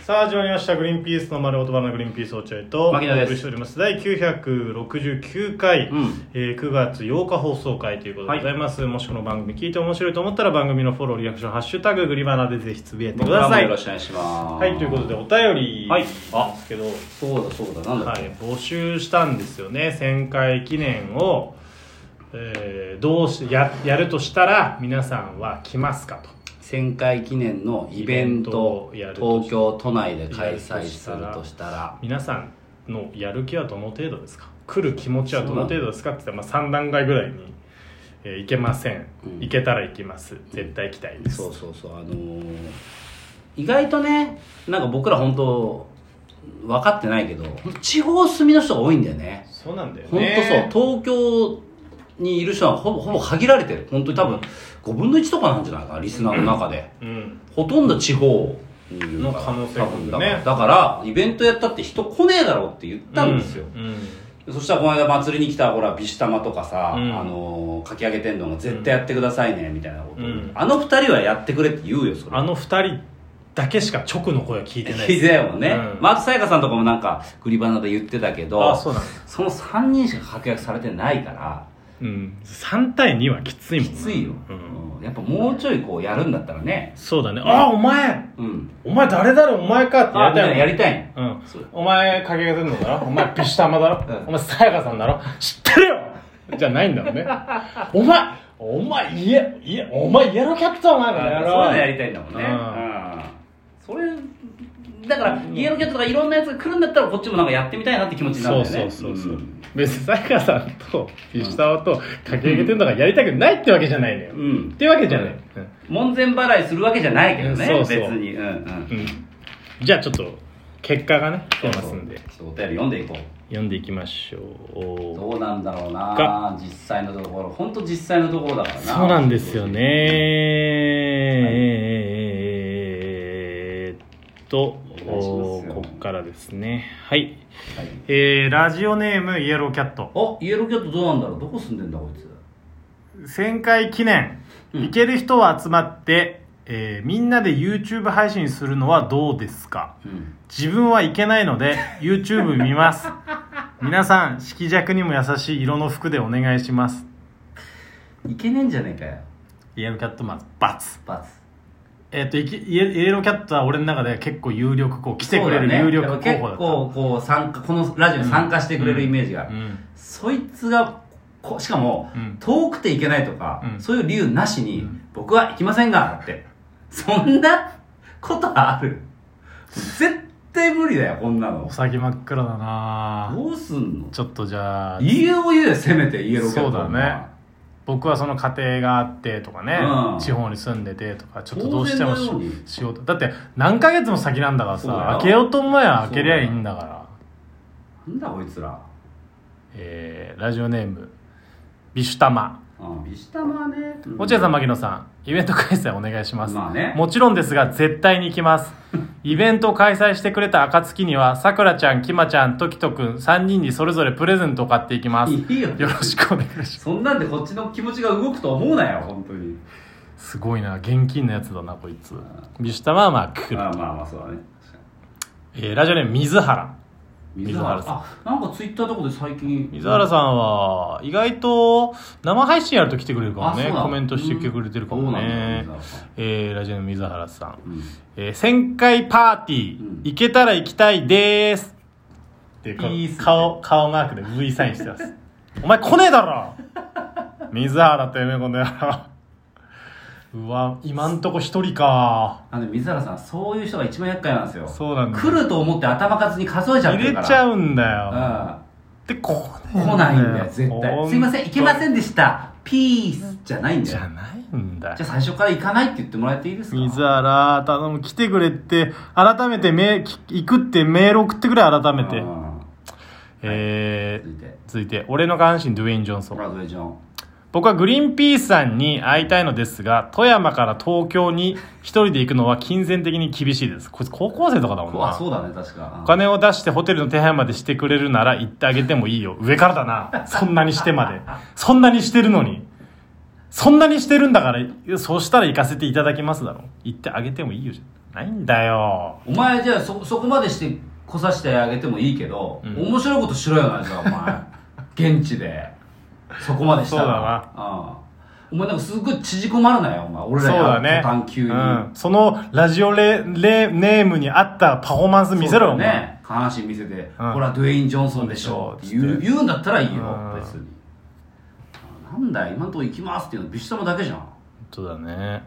さあ始まりました。グリーンピースの丸言葉のグリーンピース落合と牧野です。 お送りしております第969回、9月8日放送回ということでございます、もしこの番組聞いて面白いと思ったら番組のフォローリアクションハッシュタググリバナでぜひつぶやいてください。 よろしくお願いします。 はい、ということでお便りなんですけど、 そうだなんだっけ、 募集したんですよね。1000回記念を、どうし やるとしたら皆さんは来ますかと。 1000回記念のイベントを東京都内で開催するとしたら皆さんのやる気はどの程度ですか、来る気持ちはどの程度ですかって言ったら、3段階ぐらいに、行けません、行けたら行きます、絶対行きたいです。 そう意外とね、なんか僕ら本当分かってないけど地方住みの人が多いんだよね。 そうなんだよ本ね。 当そう、東京にいる人はほぼ限られてる。本当に多分5分の1とかなんじゃないかな、リスナーの中で、ほとんど地方にいるの可能性がね。 だからイベントやったって人来ねえだろうって言ったんですよ、そしたらこの間祭りに来たほらビシュタマとかさ、かき揚げ天丼が絶対やってくださいねみたいなこと、あの2人はやってくれって言うよ。それあの2人だけしか直の声は聞いてない。 聞いてないもんね、あとさやかさんとかもなんかグリバナで言ってたけど、 そうなんだ。 その3人しか確約されてないから、 3対2はきついもんな。 きついよ、やっぱもうちょいこうやるんだったらね。 そうだね。お前、お前誰お前かってやりたいもん。 やりたい、 お前かけがてんのだろ、お前ビシュタマだろ、お前さやかさんだろ、知ってるよじゃないんだろうね。お前イエローキャットお前がやろう。 そういうのやりたいんだもんね。それだからイエローキャットとかいろんなやつが来るんだったらこっちもなんかやってみたいなって気持ちになるんだよね。 そう別にさやかさんとビシュタマとかけがけてんのがやりたくないってわけじゃないのよ、ってわけじゃない、 門前払いするわけじゃないけどね、別に。 じゃあちょっと結果がね来てますんで、 お便り読んでいこう。 読んでいきましょう。 どうなんだろうな、実際のところ。本当実際のところだからな。 そうなんですよね。こっからですね。はい、ラジオネームイエローキャット。 イエローキャットどうなんだろう、どこ住んでんだこいつ。1000回記念、行ける人は集まって、みんなで YouTube 配信するのはどうですか、自分は行けないので YouTube 見ます皆さん色弱にも優しい色の服でお願いします。 いけねえんじゃねえかよ。 イエローキャットまず×。イエローキャットは俺の中で結構有力、こう来てくれる有力候補だった。 結構こうこのラジオに参加してくれるイメージが、そいつがしかも、遠くて行けないとか、そういう理由なしに、僕は行きませんがってそんなことある？絶対無理だよこんなの。 お先真っ暗だな。 どうすんの？ ちょっとじゃあ理由を言うよ、せめてイエローキャット。 そうだね。僕はその家庭があってとかね、地方に住んでてとか、ちょっとどうしてもしようと。だって何ヶ月も先なんだからさ、開けようと思えば開けりゃいいんだから。 なんだこいつら。 ラジオネームビシュタマ。 ビシュタマね。 落合さん、牧野さん、イベント開催お願いします。 ね、 もちろんですが絶対に行きますイベントを開催してくれた暁にはさくらちゃん、きまちゃん、ときとくん3人にそれぞれプレゼントを買っていきます。よろしくお願いします。 そんなんでこっちの気持ちが動くと思うなよ本当に。 すごいな、現金のやつだなこいつ。ビシュタマはまあ来る。 そうだね。 ラジオネーム水原さん。なんかツイッターとかで最近水原さんは意外と生配信やると来てくれるかもね。コメントしてくれてるかもね。ラジオネーム水原さん、1000回パーティー、行けたら行きたいでーすって顔マークで V サインしてますお前来ねえだろ水原てめえこの野郎うわ、今んとこ一人か。 水原さん、そういう人が一番厄介なんですよ。 そうなんだ。 来ると思って頭数に数えちゃってるから。 入れちゃうんだよ。で、来ないんだよ、絶対。すいません、行けませんでした。ピースじゃないんだよ。 じゃないんだよ。 じゃあ最初から行かないって言ってもらえていいですか？ 水原、頼む、来てくれって、改めて行くってメール送ってくれ、改めて。続いて、俺の下半身、ドゥエイン・ジョンソン。僕はグリーンピースさんに会いたいのですが、富山から東京に一人で行くのは金銭的に厳しいです。こいつ高校生とかだもんな。 そうだね、確か。 お金を出してホテルの手配までしてくれるなら行ってあげてもいいよ。上からだな。そんなにしてまで。そんなにしてるのに。そんなにしてるんだから、そうしたら行かせていただきますだろ。行ってあげてもいいよじゃん。 ないんだよ。 お前じゃあそこまでして来させてあげてもいいけど、面白いことしろよな、じゃあお前現地でそこまでしたら。 そうだな。 お前なんかすごい縮こまるなよ、お前。俺らや途端急に、 そのラジオネームに合ったパフォーマンス見せろよ、 ね。下半身見せて、ほらドゥエイン・ジョンソンでしょって言うんだったらいいよ、別に。なんだよ、今のとこ行きますっていうのビシタマだけじゃん。 そうだね。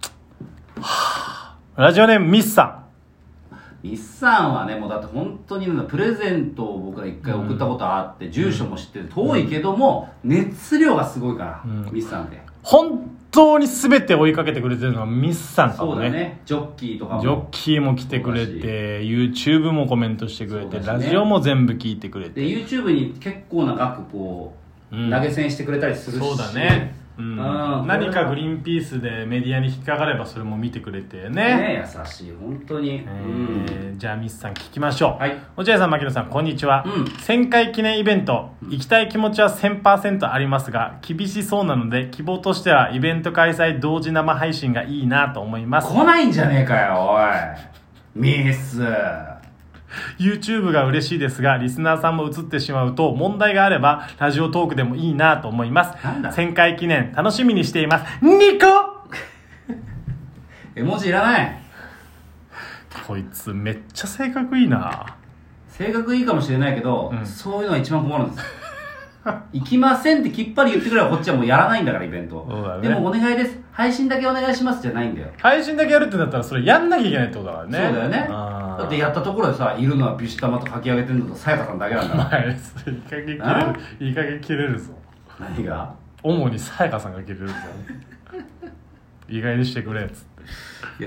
ラジオネームミスさん。 ミスさんはね、もうだって本当にプレゼントを僕ら一回送ったことあって、住所も知ってる、遠いけども、熱量がすごいから、ミスさんって。 本当に全て追いかけてくれてるのはミスさんかもね。 そうだね。ジョッキーとかも。 ジョッキーも来てくれて、YouTube もコメントしてくれて、ラジオも全部聞いてくれて。 で、YouTube に結構な額こう、投げ銭してくれたりするし。 そうだね。何かグリーンピースでメディアに引っかかればそれも見てくれてね。 優しい本当に。 じゃあミスさん聞きましょう。 はい。 落合さん、牧野さん、こんにちは。1000回記念イベント、行きたい気持ちは 1000% ありますが厳しそうなので、希望としてはイベント開催同時生配信がいいなと思います。 来ないんじゃねえかよおいミス。 YouTube が嬉しいですが、リスナーさんも映ってしまうと問題があればラジオトークでもいいなと思います。1000回記念楽しみにしています。ニコ絵文字いらない。 こいつめっちゃ性格いいな。 性格いいかもしれないけど、そういうのが一番困るんです行きませんってきっぱり言ってくればこっちはもうやらないんだから、イベント、でもお願いです、配信だけお願いしますじゃないんだよ。 配信だけやるってなったらそれやんなきゃいけないってことだからね。 そうだよね。だってやったところでさ、いるのはビシュタマと書き上げてるのとさやかさんだけなんだから。 いい加減切れるぞ。 何が？ 主にさやかさんが切れるぞ意外にしてくれっつって。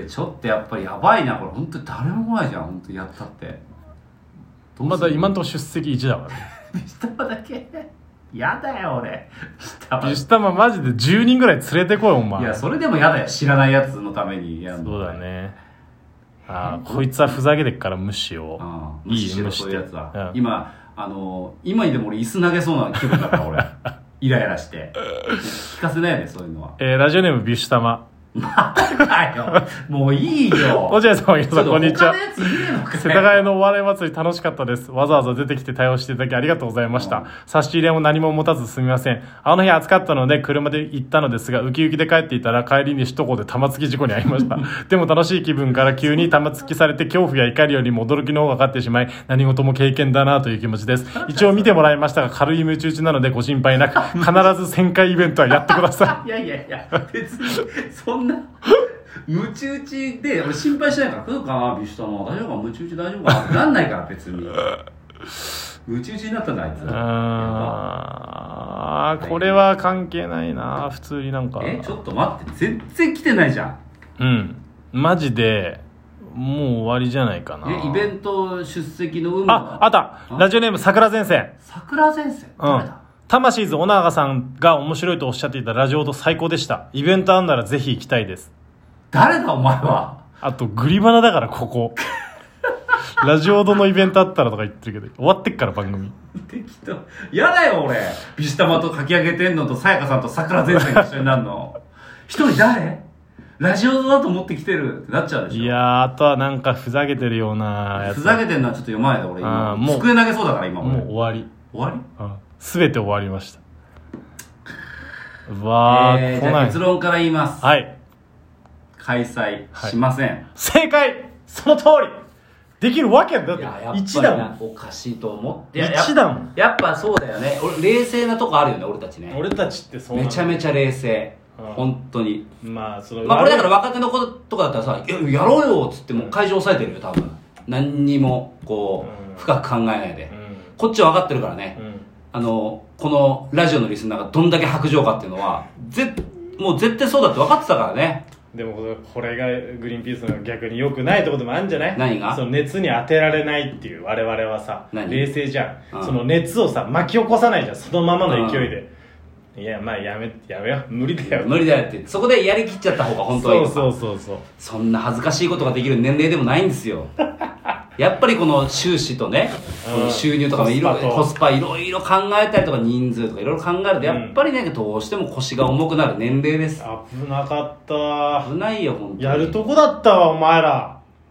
いやちょっとやっぱりやばいなこれ。本当に誰も来ないじゃん、本当にやったって。 まだ今んとこ出席1だからねビシュタマだけやだよ俺。 ビシュタママジで10人ぐらい連れてこいお前。 いやそれでもやだよ、知らないやつのためにやるの。 そうだね。こいつはふざけてっから無視を。 無視しろそういうやつは。今にでも俺椅子投げそうな気分だから俺イライラして聞かせないでそういうのは。 ラジオネームビシュタマ。 まだよもういいよ。 落合さん、牧野さん、こんにちは。世田谷のお笑い祭り楽しかったです。わざわざ出てきて対応していただきありがとうございました。差し入れも何も持たずすみません。あの日暑かったので車で行ったのですが、ウキウキで帰っていたら帰りに首都高で玉突き事故に遭いましたでも楽しい気分から急に玉突きされて恐怖や怒りよりも驚きの方が勝ってしまい、何事も経験だなという気持ちです。一応見てもらいましたが、軽いムチ打ちなのでご心配なく、必ず1000回イベントはやってくださいいや別にそんなムチ打ちで俺心配しないから、来るかなビシュタマ大丈夫か、ムチ打ち大丈夫かななんないから別にムチ打ちになったんだあいつ。 これは関係ないな。普通になんかちょっと待って、全然来てないじゃん。 マジでもう終わりじゃないかな。 イベント出席の有無。 あったラジオネーム桜前線。 桜前線誰だ？ 魂ズ尾長さんが面白いとおっしゃっていたラジオと最高でした。イベントあんならぜひ行きたいです。 誰だお前は。 あとグリバナだからここラジオドのイベントあったらとか言ってるけど終わってっから番組適当。やだよ俺。ビシュタマと書き上げてんのとさやかさんと桜前線が一緒になるの一人誰？ラジオドだと思ってきてるってなっちゃうでしょ。 いやあとはなんかふざけてるようなやつ。 ふざけてんのはちょっと読まないで俺今。もう机投げそうだから今もう終わり。 終わり？ 全て終わりました。来ない。 じゃあ結論から言います。 はい。 開催しません。 正解。その通り。できるわけだって1だもん。 おかしいと思って。 1だもん。 やっぱそうだよね。冷静なとこあるよね俺たちね。 俺たちってそう。 めちゃめちゃ冷静。本当に。 これだから若手の子とかだったらさ、やろうよっつってもう会場抑えてるよ多分。何にもこう深く考えないで。こっちは分かってるからね。このラジオのリスナーがどんだけ薄情かっていうのはもう絶対そうだって分かってたからね。 でもこれがグリーンピースの逆に良くないところでもあるんじゃない？ 何が？ その熱に当てられないっていう我々はさ冷静じゃん、その熱をさ巻き起こさないじゃんそのままの勢いで、いやまあやめよう無理だよってそこでやりきっちゃった方が本当はいい。 そうそんな恥ずかしいことができる年齢でもないんですよやっぱりこの収支とね、この収入とかもコスパいろいろ考えたりとか人数とかいろいろ考えるとやっぱりねどうしても腰が重くなる年齢です。 危なかった。 危ないよ本当に。 やるとこだったわお前ら。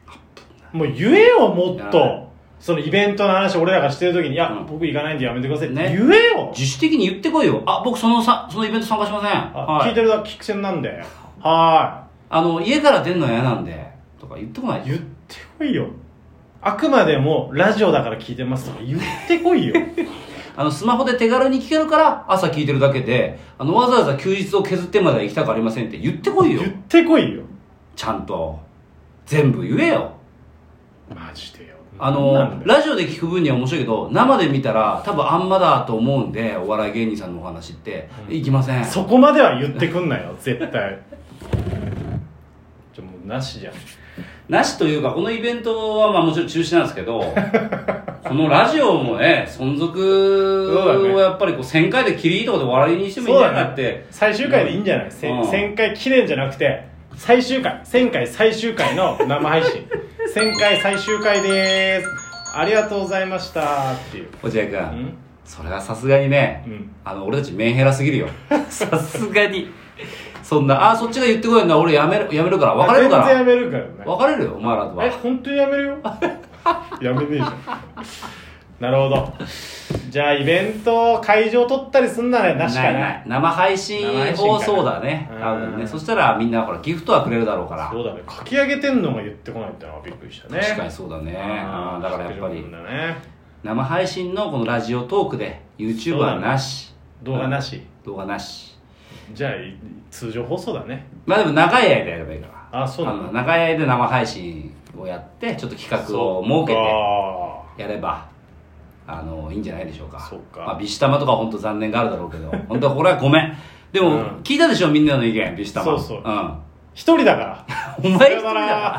もう言えよ、もっと。そのイベントの話俺らがしてる時に、いや、僕行かないんでやめてくださいって言えよ。 自主的に言ってこいよ。あ、僕そのイベント参加しません。 聞いてるだけ聞くせんなんで。 家から出んのは嫌なんで。とか言ってこない。 言ってこいよ。あくまでもラジオだから聞いてますとか言ってこいよ。 スマホで手軽に聞けるから朝聞いてるだけで、わざわざ休日を削ってまでは行きたくありませんって言ってこいよ。 言ってこいよ。 ちゃんと。全部言えよ。 マジでよ。 ラジオで聞く分には面白いけど、生で見たら多分あんまだと思うんで、お笑い芸人さんのお話って、行きません。 そこまでは言ってくんなよ、絶対。もうなしじゃん。 なしというか、このイベントはまあもちろん中止なんですけど、このラジオもね、存続をやっぱり1000回で切りいいとこで終わりにしてもいいんじゃないかって。 最終回でいいんじゃない、1000回記念じゃなくて、最終回、1000回最終回の生配信。1000回最終回でーす。ありがとうございましたっていう。 落合君、それはさすがにね、俺たちメンヘラすぎるよ。さすがに。そんな、そっちが言ってこいんだ、俺やめるから、別れるから。 全然やめるからね。 別れるよ、お前らとは。 本当にやめるよ。やめねえじゃん。なるほど。じゃあイベント会場取ったりすんならなしかない。 生配信放送だね、多分ね。そしたらみんなほらギフトはくれるだろうから。 そうだね、書き上げてんのが言ってこないってのはびっくりしたね。 確かにそうだね。だからやっぱり生配信のこのラジオトークで YouTube はなし、 動画なし。じゃあ通常放送だね。 まあでも長い間やればいいから。 そうなんだ。 長い間生配信をやってちょっと企画を設けてやればいいんじゃないでしょうか。 そうか。 まあビシタマとかは本当残念があるだろうけど、本当はこれはごめん。でも聞いたでしょ、みんなの意見。ビシタマ。 そう。一人だから。 お前一人だから。